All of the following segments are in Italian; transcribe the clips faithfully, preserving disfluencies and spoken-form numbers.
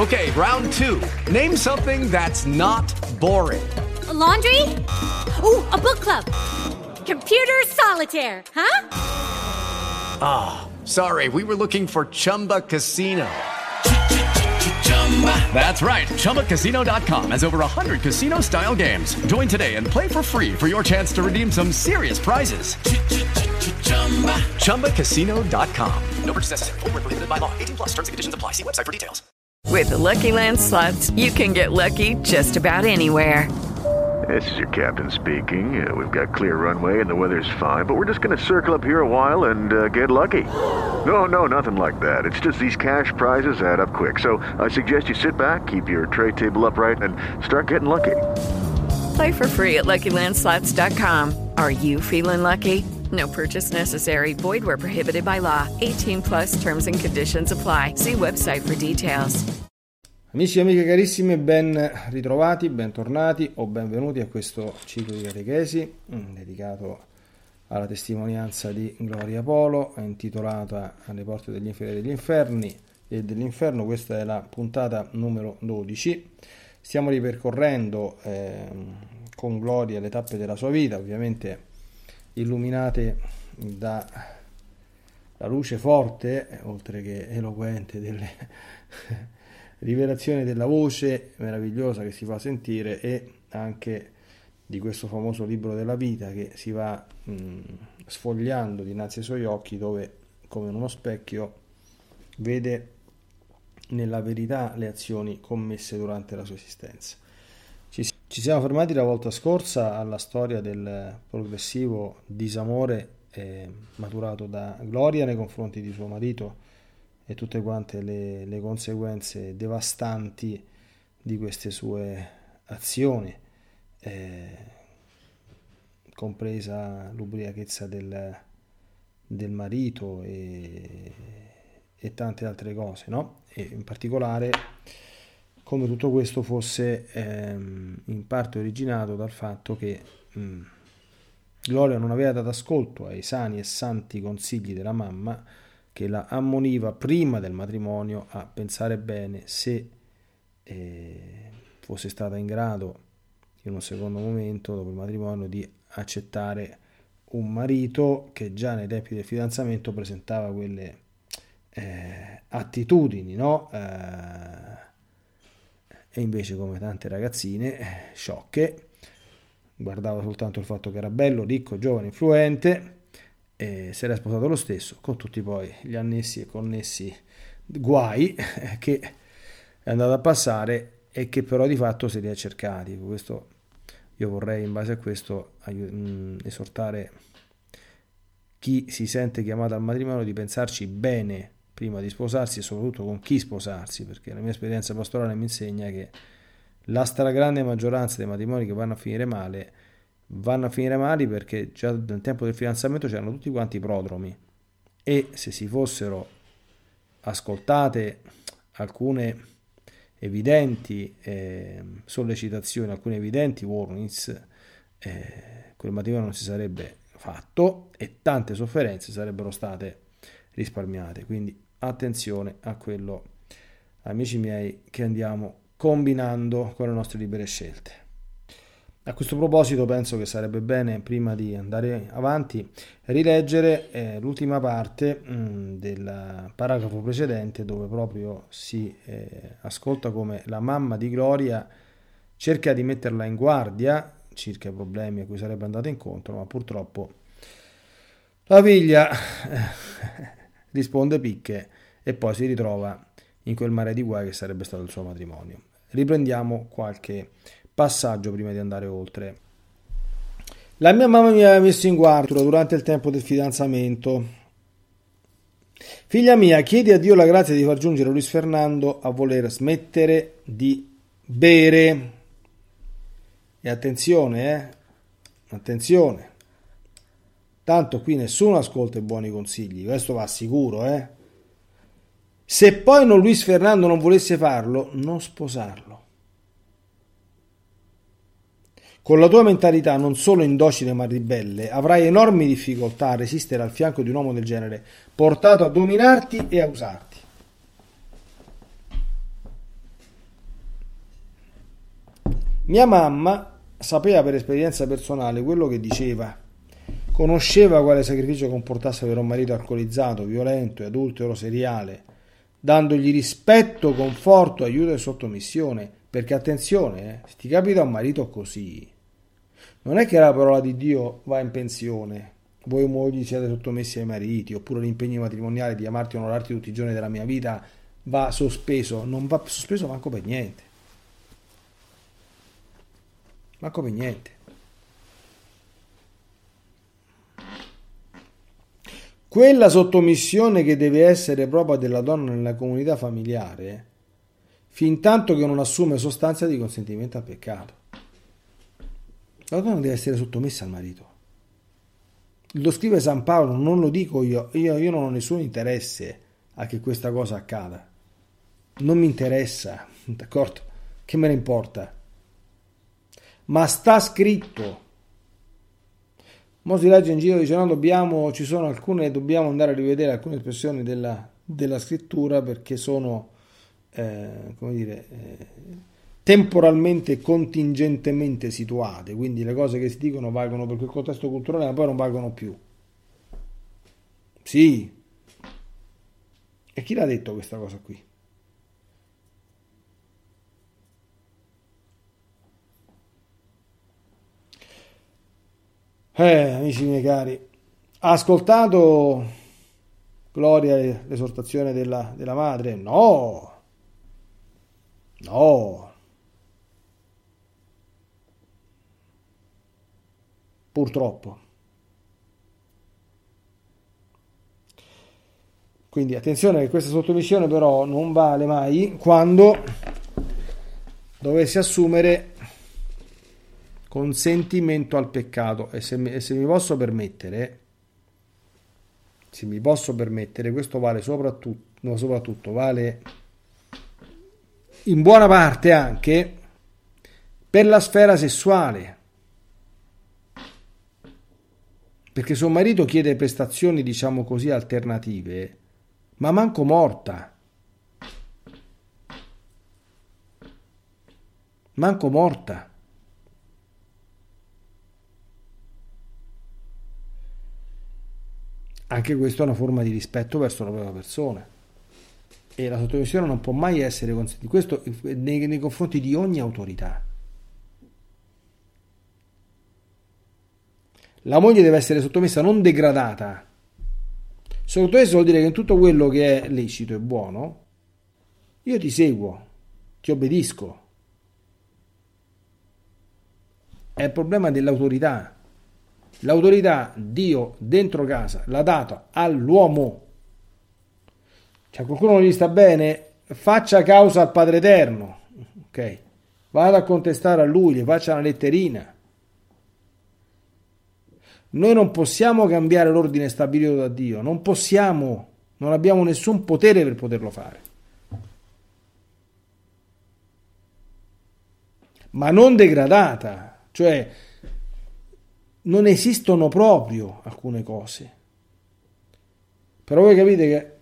Okay, round two. Name something that's not boring. A laundry? Ooh, a book club. Computer solitaire, huh? Ah, oh, sorry, we were looking for Chumba Casino. That's right, Chumba Casino dot com has over one hundred casino-style games. Join today and play for free for your chance to redeem some serious prizes. Chumba Casino dot com. No purchase necessary. Void where prohibited by law. eighteen plus terms and conditions apply. See website for details. With the Lucky Land Slots, you can get lucky just about anywhere. This is your captain speaking. Uh, we've got clear runway and the weather's fine, but we're just going to circle up here a while and uh, get lucky. No, no, nothing like that. It's just these cash prizes add up quick. So I suggest you sit back, keep your tray table upright, and start getting lucky. Play for free at Lucky Land Slots dot com. Are you feeling lucky? No purchase necessary. Void where prohibited by law. eighteen plus terms and conditions apply. See website for details. Amici e amiche carissimi, ben ritrovati, bentornati o benvenuti a questo ciclo di catechesi dedicato alla testimonianza di Gloria Polo, intitolata Alle porte degli inferi e degli inferni e dell'inferno. Questa è la puntata numero dodici. Stiamo ripercorrendo eh, con Gloria le tappe della sua vita, ovviamente illuminate da la luce forte, oltre che eloquente, delle rivelazioni della voce meravigliosa che si fa sentire e anche di questo famoso libro della vita che si va mh, sfogliando dinanzi ai suoi occhi, dove come in uno specchio vede nella verità le azioni commesse durante la sua esistenza. Ci, ci siamo fermati la volta scorsa alla storia del progressivo disamore eh, maturato da Gloria nei confronti di suo marito e tutte quante le, le conseguenze devastanti di queste sue azioni, eh, compresa l'ubriachezza del, del marito e, e tante altre cose, no? E in particolare come tutto questo fosse ehm, in parte originato dal fatto che mh, Gloria non aveva dato ascolto ai sani e santi consigli della mamma, che la ammoniva prima del matrimonio a pensare bene se eh, fosse stata in grado in un secondo momento dopo il matrimonio di accettare un marito che già nei tempi del fidanzamento presentava quelle eh, attitudini, no? Eh, e invece, come tante ragazzine eh, sciocche, guardava soltanto il fatto che era bello, ricco, giovane, influente, e si era sposato lo stesso, con tutti poi gli annessi e connessi guai che è andato a passare e che però di fatto se li ha cercati. Questo io vorrei, in base a questo, esortare chi si sente chiamato al matrimonio di pensarci bene prima di sposarsi e soprattutto con chi sposarsi, perché la mia esperienza pastorale mi insegna che la stragrande maggioranza dei matrimoni che vanno a finire male vanno a finire male perché già nel tempo del fidanzamento c'erano tutti quanti prodromi, e se si fossero ascoltate alcune evidenti eh, sollecitazioni, alcune evidenti warnings, eh, quel matrimonio non si sarebbe fatto e tante sofferenze sarebbero state risparmiate. Quindi attenzione a quello, amici miei, che andiamo combinando con le nostre libere scelte. A questo proposito penso che sarebbe bene, prima di andare avanti, rileggere eh, l'ultima parte mh, del paragrafo precedente, dove proprio si eh, ascolta come la mamma di Gloria cerca di metterla in guardia circa i problemi a cui sarebbe andata incontro, ma purtroppo la figlia eh, risponde picche e poi si ritrova in quel mare di guai che sarebbe stato il suo matrimonio. Riprendiamo qualche passaggio prima di andare oltre. La mia mamma mi aveva messo in guardia durante il tempo del fidanzamento. Figlia mia, chiedi a Dio la grazia di far giungere Luis Fernando a voler smettere di bere. E attenzione, eh? Attenzione. Tanto qui nessuno ascolta i buoni consigli, questo va sicuro, eh? Se poi non Luis Fernando non volesse farlo, non sposarlo. Con la tua mentalità non solo indocile ma ribelle, avrai enormi difficoltà a resistere al fianco di un uomo del genere, portato a dominarti e a usarti. Mia mamma sapeva per esperienza personale quello che diceva, conosceva quale sacrificio comportasse avere un marito alcolizzato, violento e adultero seriale, dandogli rispetto, conforto, aiuto e sottomissione. Perché attenzione, eh, se ti capita un marito così, non è che la parola di Dio va in pensione, voi mogli siete sottomessi ai mariti, oppure l'impegno matrimoniale di amarti e onorarti tutti i giorni della mia vita va sospeso. Non va sospeso manco per niente. Manco per niente. Quella sottomissione che deve essere propria della donna nella comunità familiare, fin tanto che non assume sostanza di consentimento al peccato. La donna deve essere sottomessa al marito. Lo scrive San Paolo, non lo dico io, io, io non ho nessun interesse a che questa cosa accada. Non mi interessa, d'accordo? Che me ne importa? Ma sta scritto. Mo si legge in giro, dice no, dobbiamo, ci sono alcune, dobbiamo andare a rivedere alcune espressioni della, della scrittura perché sono, eh, come dire, eh, temporalmente, contingentemente situate, quindi le cose che si dicono valgono per quel contesto culturale ma poi non valgono più. Sì. E chi l'ha detto questa cosa qui? Eh, amici miei cari, ha ascoltato Gloria l'esortazione della, della madre? No, no, purtroppo. Quindi attenzione che questa sottomissione però non vale mai quando dovessi assumere consentimento al peccato. E se, mi, e se mi posso permettere, se mi posso permettere, questo vale soprattutto, no, soprattutto vale in buona parte anche per la sfera sessuale. Perché suo marito chiede prestazioni, diciamo così, alternative, ma manco morta. Manco morta. Anche questa è una forma di rispetto verso la propria persona. E la sottomissione non può mai essere consentita. Questo nei, nei confronti di ogni autorità. La moglie deve essere sottomessa, non degradata. Sottomessa vuol dire che in tutto quello che è lecito e buono, io ti seguo, ti obbedisco. È il problema dell'autorità. L'autorità Dio dentro casa l'ha data all'uomo. Cioè qualcuno non gli sta bene, faccia causa al Padre Eterno, ok? Vada a contestare a lui, gli faccia una letterina. Noi non possiamo cambiare l'ordine stabilito da Dio, non possiamo, non abbiamo nessun potere per poterlo fare. Ma non degradata, cioè non esistono proprio alcune cose. Però voi capite che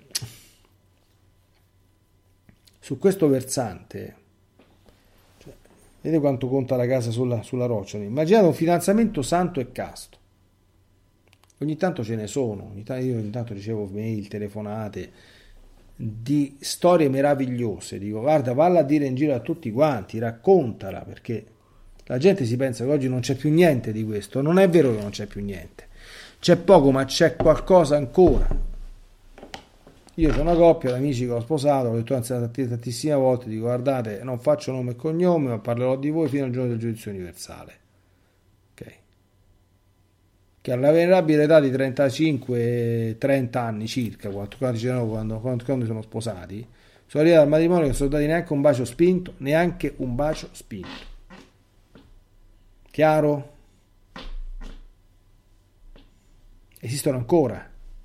su questo versante, cioè, vedete quanto conta la casa sulla, sulla roccia. Immaginate un fidanzamento santo e casto. Ogni tanto ce ne sono, ogni tanto, io ogni tanto ricevo mail, telefonate di storie meravigliose. Dico, guarda, valla a dire in giro a tutti quanti, raccontala, perché la gente si pensa che oggi non c'è più niente di questo. Non è vero che non c'è più niente. C'è poco, ma c'è qualcosa ancora. Io sono una coppia di amici che ho sposato, l'ho detto tantissime volte, dico, guardate, non faccio nome e cognome, ma parlerò di voi fino al giorno del giudizio universale. Ok? Che alla venerabile età di trentacinque trenta anni circa, quando, quando, quando, quando sono sposati, sono arrivati al matrimonio che non sono dati neanche un bacio spinto, neanche un bacio spinto. Chiaro? Esistono ancora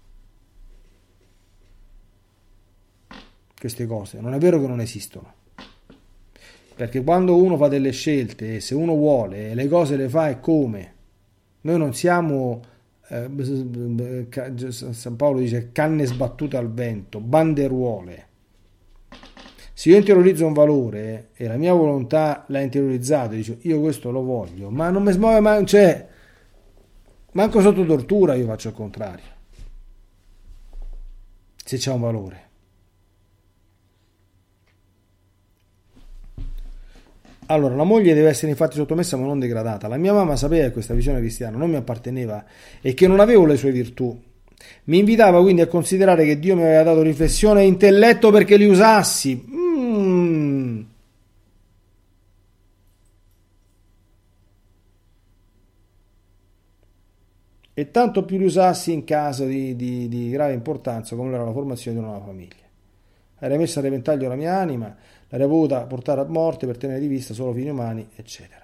queste cose, non è vero che non esistono, perché quando uno fa delle scelte, se uno vuole, le cose le fa e come. Noi non siamo, eh, San Paolo dice, canne sbattute al vento, banderuole. Se io interiorizzo un valore e la mia volontà l'ha interiorizzato e dico io questo lo voglio, ma non mi smuove mai, cioè, manco sotto tortura io faccio il contrario. Se c'è un valore. Allora, la moglie deve essere infatti sottomessa ma non degradata. La mia mamma sapeva che questa visione cristiana non mi apparteneva e che non avevo le sue virtù. Mi invitava quindi a considerare che Dio mi aveva dato riflessione e intelletto perché li usassi. Mm. E tanto più li usassi in caso di, di, di grave importanza come era la formazione di una nuova famiglia. Avrei messo a repentaglio la mia anima, l'avrei voluta portare a morte per tenere di vista solo fini umani, eccetera.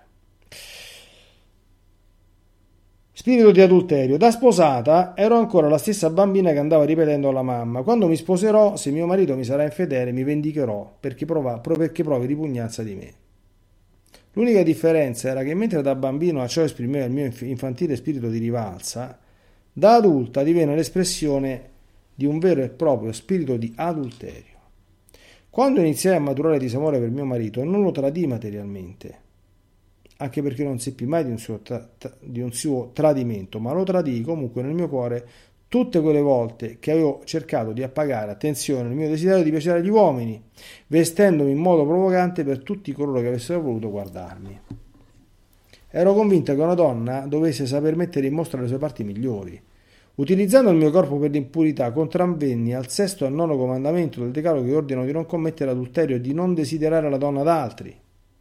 Spirito di adulterio. Da sposata ero ancora la stessa bambina che andava ripetendo alla mamma: quando mi sposerò, se mio marito mi sarà infedele, mi vendicherò perché, prova, perché provi ripugnanza di me. L'unica differenza era che mentre da bambino a ciò esprimeva il mio infantile spirito di rivalsa, da adulta divenne l'espressione di un vero e proprio spirito di adulterio. Quando iniziai a maturare disamore per mio marito, non lo tradii materialmente, anche perché non seppi mai di un suo, tra- di un suo tradimento, ma lo tradii comunque nel mio cuore tutte quelle volte che avevo cercato di appagare, attenzione, il mio desiderio di piacere agli uomini, vestendomi in modo provocante per tutti coloro che avessero voluto guardarmi. Ero convinta che una donna dovesse saper mettere in mostra le sue parti migliori. Utilizzando il mio corpo per l'impurità, contravvenni al sesto e al nono comandamento del decalogo che ordinano di non commettere adulterio e di non desiderare la donna d'altri.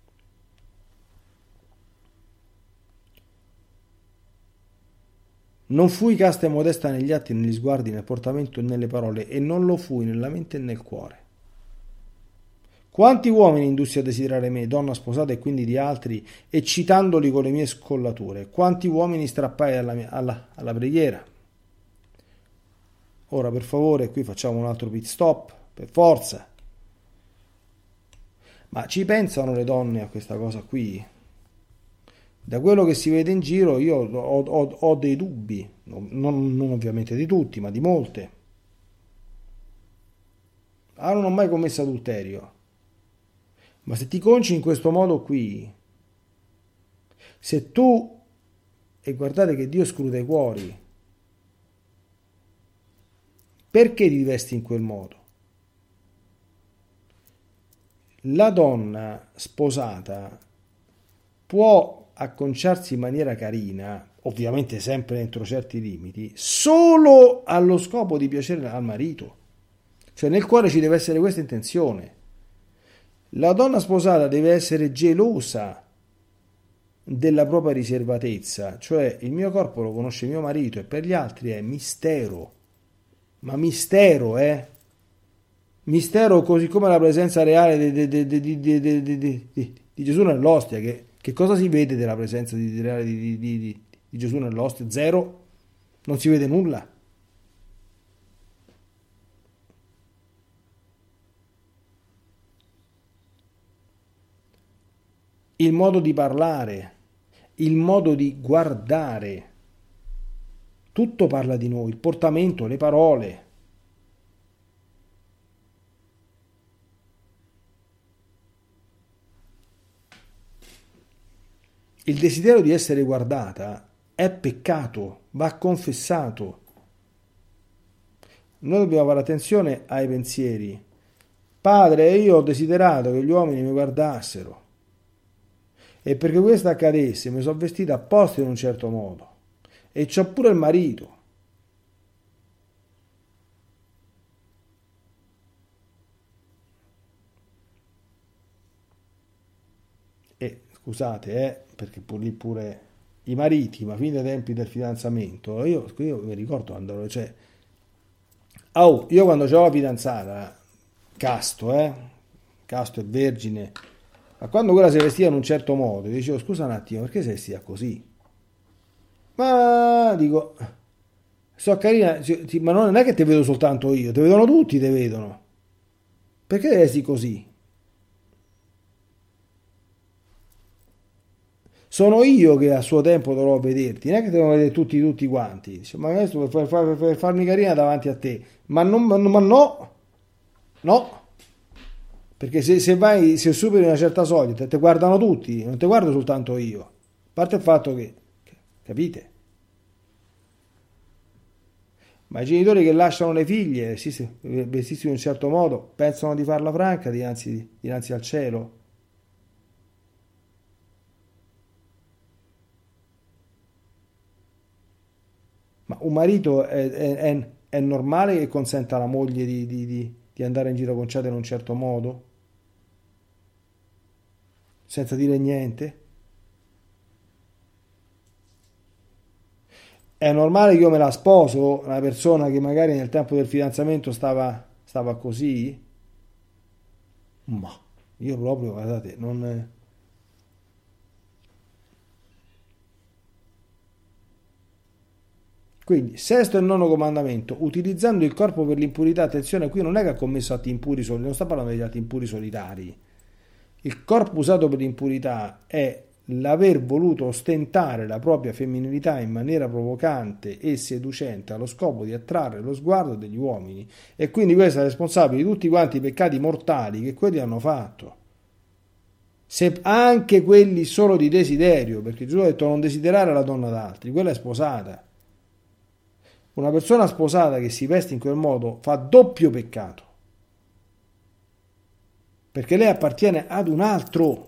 Non fui casta e modesta negli atti, negli sguardi, nel portamento e nelle parole, e non lo fui nella mente e nel cuore. Quanti uomini indussi a desiderare me, donna sposata e quindi di altri, eccitandoli con le mie scollature? Quanti uomini strappai alla, mia, alla, alla preghiera? Ora, per favore, qui facciamo un altro pit stop, per forza. Ma ci pensano le donne a questa cosa qui? Da quello che si vede in giro io ho, ho, ho dei dubbi, non, non ovviamente di tutti, ma di molte. Ah, non ho mai commesso adulterio. Ma se ti conci in questo modo qui, se tu, e guardate che Dio scruta i cuori, perché ti vesti in quel modo? La donna sposata può acconciarsi in maniera carina, ovviamente sempre entro certi limiti, solo allo scopo di piacere al marito. Cioè nel cuore ci deve essere questa intenzione. La donna sposata deve essere gelosa della propria riservatezza, cioè il mio corpo lo conosce mio marito e per gli altri è mistero. Ma mistero, eh? Mistero così come la presenza reale di, di, di, di, di, di, di, di, di Gesù nell'ostia. Che, che cosa si vede della presenza di, reale di, di, di, di Gesù nell'ostia? Zero? Non si vede nulla. Il modo di parlare, il modo di guardare, tutto parla di noi, il portamento, le parole. Il desiderio di essere guardata è peccato, va confessato. Noi dobbiamo fare attenzione ai pensieri. Padre, io ho desiderato che gli uomini mi guardassero e perché questo accadesse mi sono vestita apposta in un certo modo e c'ho pure il marito. E scusate, eh, perché pure lì pure i mariti, ma fin dai tempi del fidanzamento, io, io mi ricordo quando, cioè, oh, io quando c'avevo la fidanzata, casto, eh, casto e vergine, ma quando quella si vestiva in un certo modo, dicevo, scusa un attimo, perché sei vestita così? Ma, dico, so carina, ma non è che te vedo soltanto io, te vedono tutti, te vedono. Perché vesti così? Sono io che a suo tempo dovrò vederti, non è che devono vedere tutti tutti quanti. Dice, ma adesso per, far, per farmi carina davanti a te, ma, non, ma, ma no, no. Perché se, se vai, se superi una certa soglia, te, te guardano tutti, non te guardo soltanto io. A parte il fatto che, che capite? Ma i genitori che lasciano le figlie vestiti in un certo modo pensano di farla franca dinanzi, dinanzi al cielo. Ma un marito è, è, è, è normale che consenta alla moglie di, di, di, di andare in giro conciata in un certo modo? Senza dire niente? È normale che io me la sposo, una persona che magari nel tempo del fidanzamento stava, stava così? Ma io proprio, guardate, non... Quindi, sesto e nono comandamento, utilizzando il corpo per l'impurità, attenzione, qui non è che ha commesso atti impuri solitari, non sta parlando degli atti impuri solitari. Il corpo usato per l'impurità è l'aver voluto ostentare la propria femminilità in maniera provocante e seducente allo scopo di attrarre lo sguardo degli uomini, e quindi questo è responsabile di tutti quanti i peccati mortali che quelli hanno fatto, se anche quelli solo di desiderio, perché Gesù ha detto non desiderare la donna d'altri, quella è sposata. Una persona sposata che si veste in quel modo fa doppio peccato, perché lei appartiene ad un altro.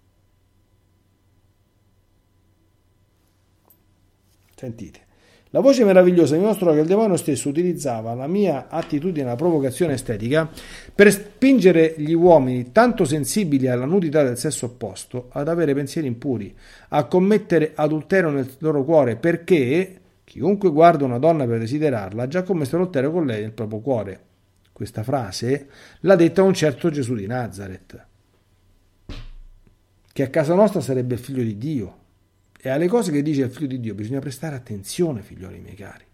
Sentite, la voce meravigliosa mi mostrò che il demonio stesso utilizzava la mia attitudine alla provocazione estetica per spingere gli uomini tanto sensibili alla nudità del sesso opposto ad avere pensieri impuri, a commettere adulterio nel loro cuore, perché chiunque guarda una donna per desiderarla ha già commesso l'adulterio con lei nel proprio cuore. Questa frase l'ha detta un certo Gesù di Nazaret, che a casa nostra sarebbe il figlio di Dio. E alle cose che dice il figlio di Dio bisogna prestare attenzione, figlioli miei cari.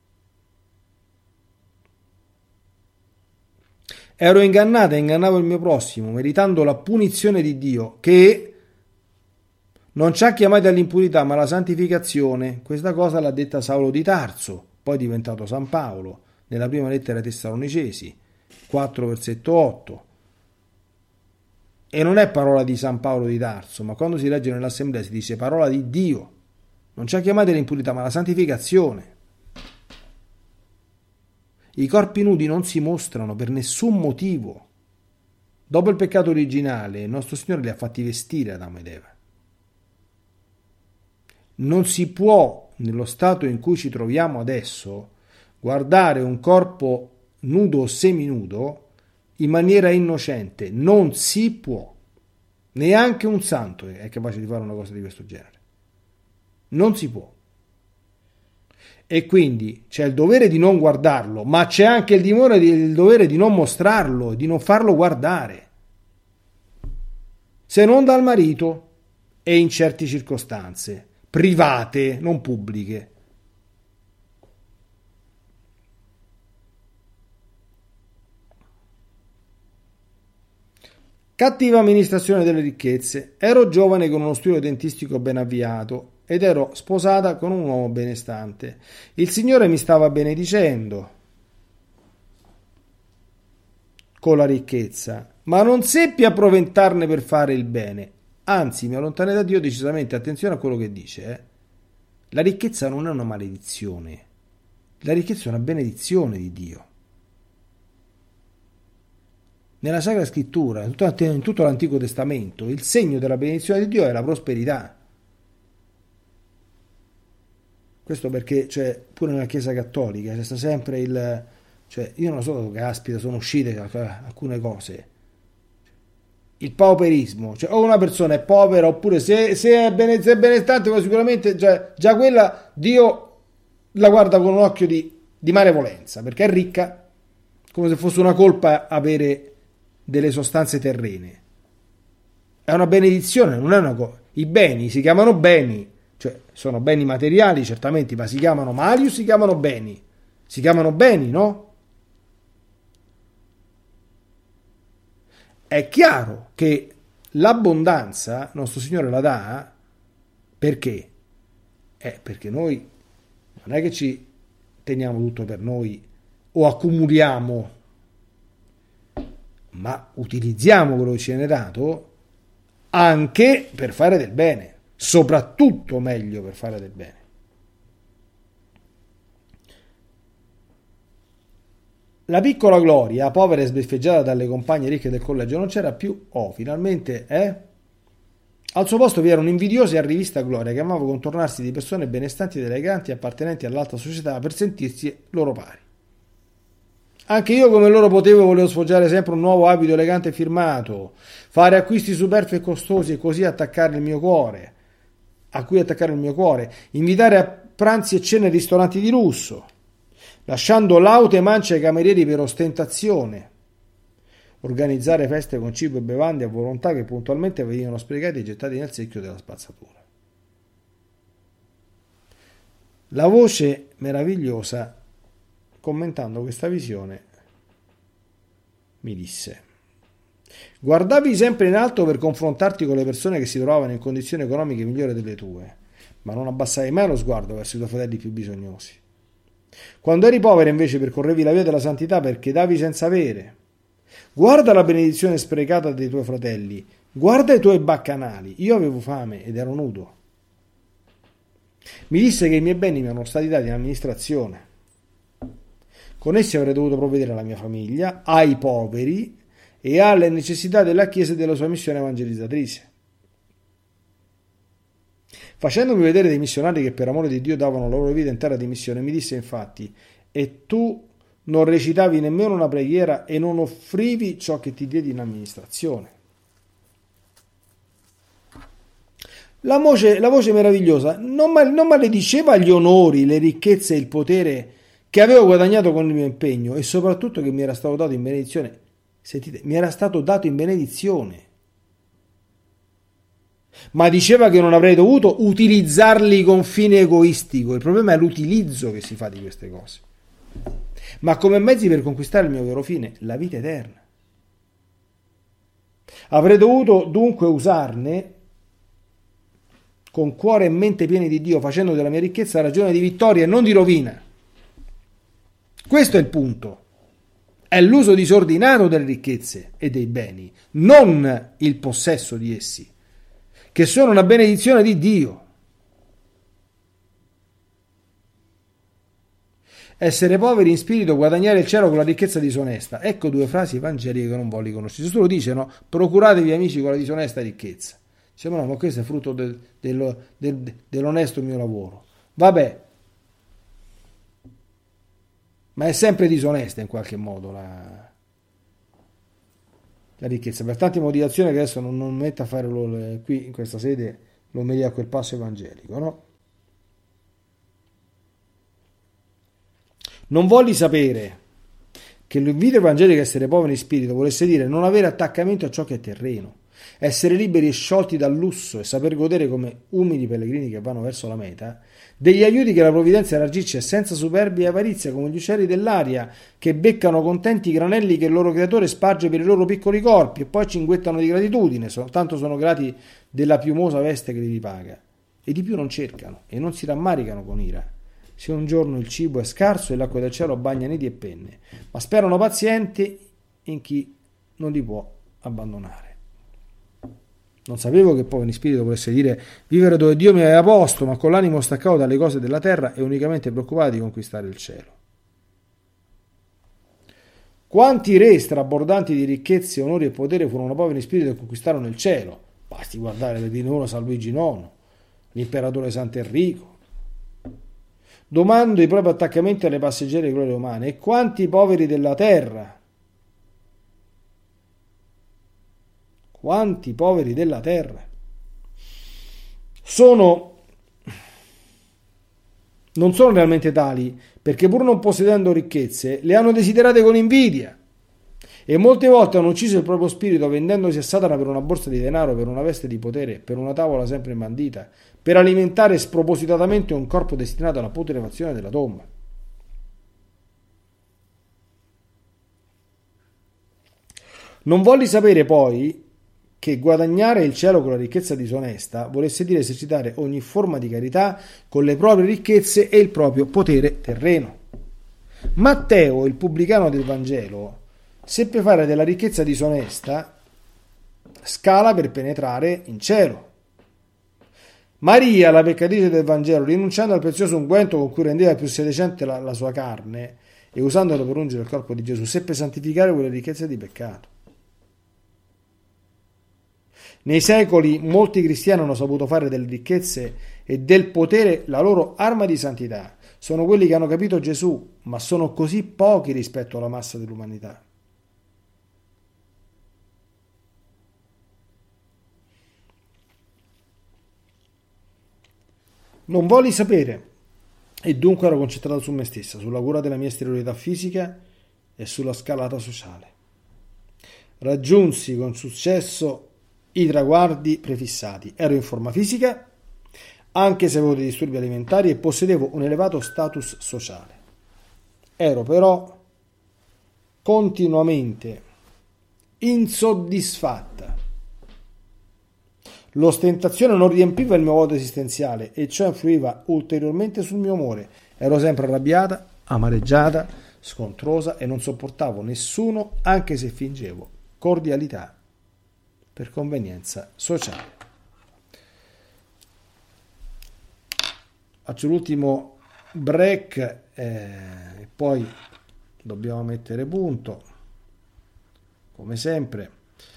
Ero ingannata e ingannavo il mio prossimo, meritando la punizione di Dio, che non ci ha chiamati all'impurità ma alla santificazione. Questa cosa l'ha detta Saulo di Tarso, poi diventato San Paolo, nella prima lettera ai Tessalonicesi, quattro versetto otto. E non è parola di San Paolo di Tarso, ma quando si legge nell'assemblea si dice parola di Dio. Non ci ha chiamati all'impurità ma alla santificazione. I corpi nudi non si mostrano per nessun motivo. Dopo il peccato originale, il nostro Signore li ha fatti vestire Adamo ed Eva. Non si può, nello stato in cui ci troviamo adesso, guardare un corpo nudo o seminudo in maniera innocente. Non si può. Neanche un santo è capace di fare una cosa di questo genere. Non si può. E quindi c'è il dovere di non guardarlo, ma c'è anche il, dimore di, il dovere di non mostrarlo, di non farlo guardare, se non dal marito e in certe circostanze private, non pubbliche. Cattiva amministrazione delle ricchezze. Ero giovane con uno studio dentistico ben avviato ed ero sposata con un uomo benestante. Il Signore mi stava benedicendo con la ricchezza, ma non seppi approfittarne per fare il bene. Anzi, mi allontanai da Dio decisamente. Attenzione a quello che dice. Eh? La ricchezza non è una maledizione. La ricchezza è una benedizione di Dio. Nella Sacra Scrittura, in tutto l'Antico Testamento, il segno della benedizione di Dio è la prosperità. Questo perché, cioè, pure nella Chiesa Cattolica c'è sta sempre il... Cioè, io non so che caspita sono uscite alcune cose. Il pauperismo, cioè o una persona è povera oppure se, se, è, bene, se è benestante, poi sicuramente cioè, già quella Dio la guarda con un occhio di, di malevolenza, perché è ricca, come se fosse una colpa avere delle sostanze terrene. È una benedizione, non è una cosa. I beni si chiamano beni, cioè sono beni materiali certamente, ma si chiamano mali o si chiamano beni? Si chiamano beni, no? È chiaro che l'abbondanza nostro Signore la dà perché? Eh, perché noi non è che ci teniamo tutto per noi o accumuliamo, ma utilizziamo quello che ci viene dato anche per fare del bene, soprattutto meglio per fare del bene. La piccola Gloria, povera e sbeffeggiata dalle compagne ricche del collegio, non c'era più. Oh, finalmente, eh? Al suo posto vi era un'invidiosa e arrivista Gloria che amava contornarsi di persone benestanti ed eleganti appartenenti all'alta società per sentirsi loro pari. Anche io, come loro potevo, volevo sfoggiare sempre un nuovo abito elegante e firmato, fare acquisti superflui e costosi e così attaccare il mio cuore, a cui attaccare il mio cuore, invitare a pranzi e cene in ristoranti di lusso, lasciando laute mance ai camerieri per ostentazione, organizzare feste con cibo e bevande a volontà che puntualmente venivano sprecati e gettati nel secchio della spazzatura. La voce meravigliosa, commentando questa visione, mi disse: guardavi sempre in alto per confrontarti con le persone che si trovavano in condizioni economiche migliori delle tue, ma non abbassavi mai lo sguardo verso i tuoi fratelli più bisognosi. Quando eri povero invece percorrevi la via della santità perché davi senza avere. Guarda la benedizione sprecata dei tuoi fratelli, guarda i tuoi baccanali. Io avevo fame ed ero nudo. Mi disse che i miei beni mi erano stati dati in amministrazione. Con essi avrei dovuto provvedere alla mia famiglia, ai poveri e alle necessità della Chiesa e della sua missione evangelizzatrice. Facendomi vedere dei missionari che per amore di Dio davano la loro vita in terra di missione, mi disse infatti: e tu non recitavi nemmeno una preghiera e non offrivi ciò che ti diedi in amministrazione. La voce, la voce meravigliosa non, mal, non malediceva gli onori, le ricchezze e il potere che avevo guadagnato con il mio impegno e soprattutto che mi era stato dato in benedizione. Sentite, mi era stato dato in benedizione. Ma diceva che non avrei dovuto utilizzarli con fine egoistico. Il problema è l'utilizzo che si fa di queste cose, ma come mezzi per conquistare il mio vero fine, la vita eterna. Avrei dovuto dunque usarne con cuore e mente pieni di Dio, facendo della mia ricchezza ragione di vittoria e non di rovina. Questo è il punto. È l'uso disordinato delle ricchezze e dei beni, non il possesso di essi, che sono una benedizione di Dio. Essere poveri in spirito, guadagnare il cielo con la ricchezza disonesta. Ecco due frasi evangeliche che non voglio conoscere. Gesù lo dice, no? Procuratevi amici con la disonesta ricchezza. Dice, ma no, ma questo è frutto del, del, del, dell'onesto mio lavoro. Vabbè, ma è sempre disonesta in qualche modo la, la ricchezza. Per tanti modi di azione che adesso non, non metto a fare lo, qui in questa sede lo metti a quel passo evangelico, no? Non volli sapere che l'invito evangelico a essere poveri in spirito volesse dire non avere attaccamento a ciò che è terreno, essere liberi e sciolti dal lusso e saper godere come umili pellegrini che vanno verso la meta degli aiuti che la provvidenza elargisce senza superbia e avarizia, come gli uccelli dell'aria che beccano contenti i granelli che il loro creatore sparge per i loro piccoli corpi e poi cinguettano di gratitudine, tanto sono grati della piumosa veste che li ripaga, e di più non cercano e non si rammaricano con ira se un giorno il cibo è scarso e l'acqua del cielo bagna nidi e penne, ma sperano pazienti in chi non li può abbandonare. Non sapevo che poveri in spirito volesse dire vivere dove Dio mi aveva posto, ma con l'animo staccato dalle cose della terra e unicamente preoccupato di conquistare il cielo. Quanti re strabordanti di ricchezze, onori e potere furono poveri in spirito e conquistarono il cielo? Basti guardare per dire uno San Luigi nono, l'imperatore Sant'Enrico. Domando i propri attaccamenti alle passeggere glorie umane. E quanti poveri della terra? Quanti poveri della terra sono, non sono realmente tali, perché pur non possedendo ricchezze le hanno desiderate con invidia e molte volte hanno ucciso il proprio spirito vendendosi a Satana per una borsa di denaro, per una veste di potere, per una tavola sempre imbandita, per alimentare spropositatamente un corpo destinato alla putrefazione della tomba. Non volli sapere poi che guadagnare il cielo con la ricchezza disonesta volesse dire esercitare ogni forma di carità con le proprie ricchezze e il proprio potere terreno. Matteo, il pubblicano del Vangelo, seppe fare della ricchezza disonesta scala per penetrare in cielo. Maria, la peccatrice del Vangelo, rinunciando al prezioso unguento con cui rendeva più sedicente la, la sua carne e usandolo per ungere il corpo di Gesù, seppe santificare quelle ricchezze di peccato. Nei secoli molti cristiani hanno saputo fare delle ricchezze e del potere la loro arma di santità. Sono quelli che hanno capito Gesù, ma sono così pochi rispetto alla massa dell'umanità. Non volli sapere e dunque ero concentrato su me stessa, sulla cura della mia esteriorità fisica e sulla scalata sociale. Raggiunsi con successo i traguardi prefissati. Ero in forma fisica, anche se avevo dei disturbi alimentari e possedevo un elevato status sociale. Ero però continuamente insoddisfatta. L'ostentazione non riempiva il mio vuoto esistenziale e ciò influiva ulteriormente sul mio umore. Ero sempre arrabbiata, amareggiata, scontrosa e non sopportavo nessuno, anche se fingevo cordialità per convenienza sociale. Faccio l'ultimo break eh, e poi dobbiamo mettere punto, come sempre.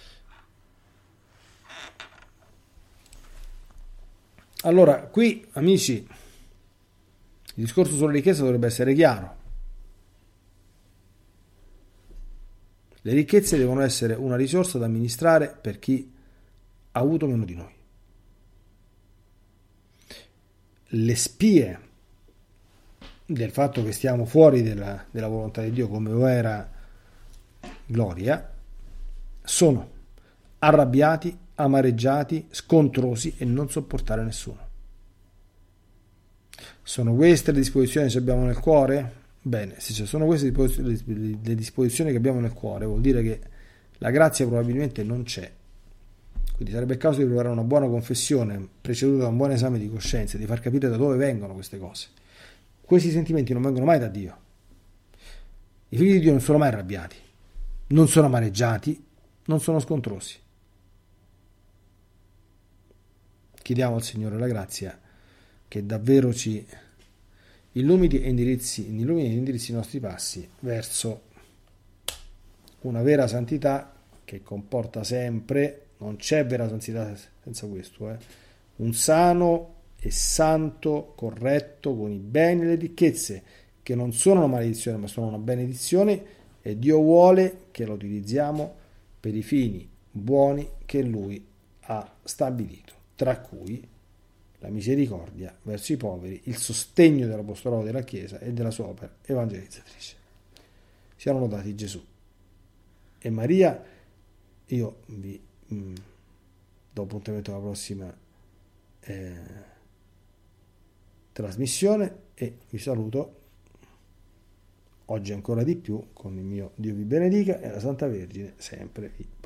Allora, qui, amici, il discorso sulla ricchezza dovrebbe essere chiaro. Le ricchezze devono essere una risorsa da amministrare per chi ha avuto meno di noi. Le spie del fatto che stiamo fuori della, della volontà di Dio, come lo era Gloria, sono arrabbiati, amareggiati, scontrosi e non sopportare nessuno. Sono queste le disposizioni che abbiamo nel cuore? Bene, se ci sono queste le disposizioni che abbiamo nel cuore, vuol dire che la grazia probabilmente non c'è. Quindi sarebbe il caso di provare una buona confessione, preceduta da un buon esame di coscienza, di far capire da dove vengono queste cose. Questi sentimenti non vengono mai da Dio. I figli di Dio non sono mai arrabbiati, non sono amareggiati, non sono scontrosi. Chiediamo al Signore la grazia che davvero ci illumini e indirizzi, illumini e indirizzi i nostri passi verso una vera santità che comporta sempre, non c'è vera santità senza questo, eh, un sano e santo, corretto, con i beni e le ricchezze, che non sono una maledizione ma sono una benedizione, e Dio vuole che lo utilizziamo per i fini buoni che Lui ha stabilito, tra cui la misericordia verso i poveri, il sostegno dell'apostolato della Chiesa e della sua opera evangelizzatrice. Siano lodati Gesù e Maria. Io vi mh, do appuntamento alla prossima eh, trasmissione e vi saluto oggi ancora di più con il mio Dio vi benedica e la Santa Vergine sempre vi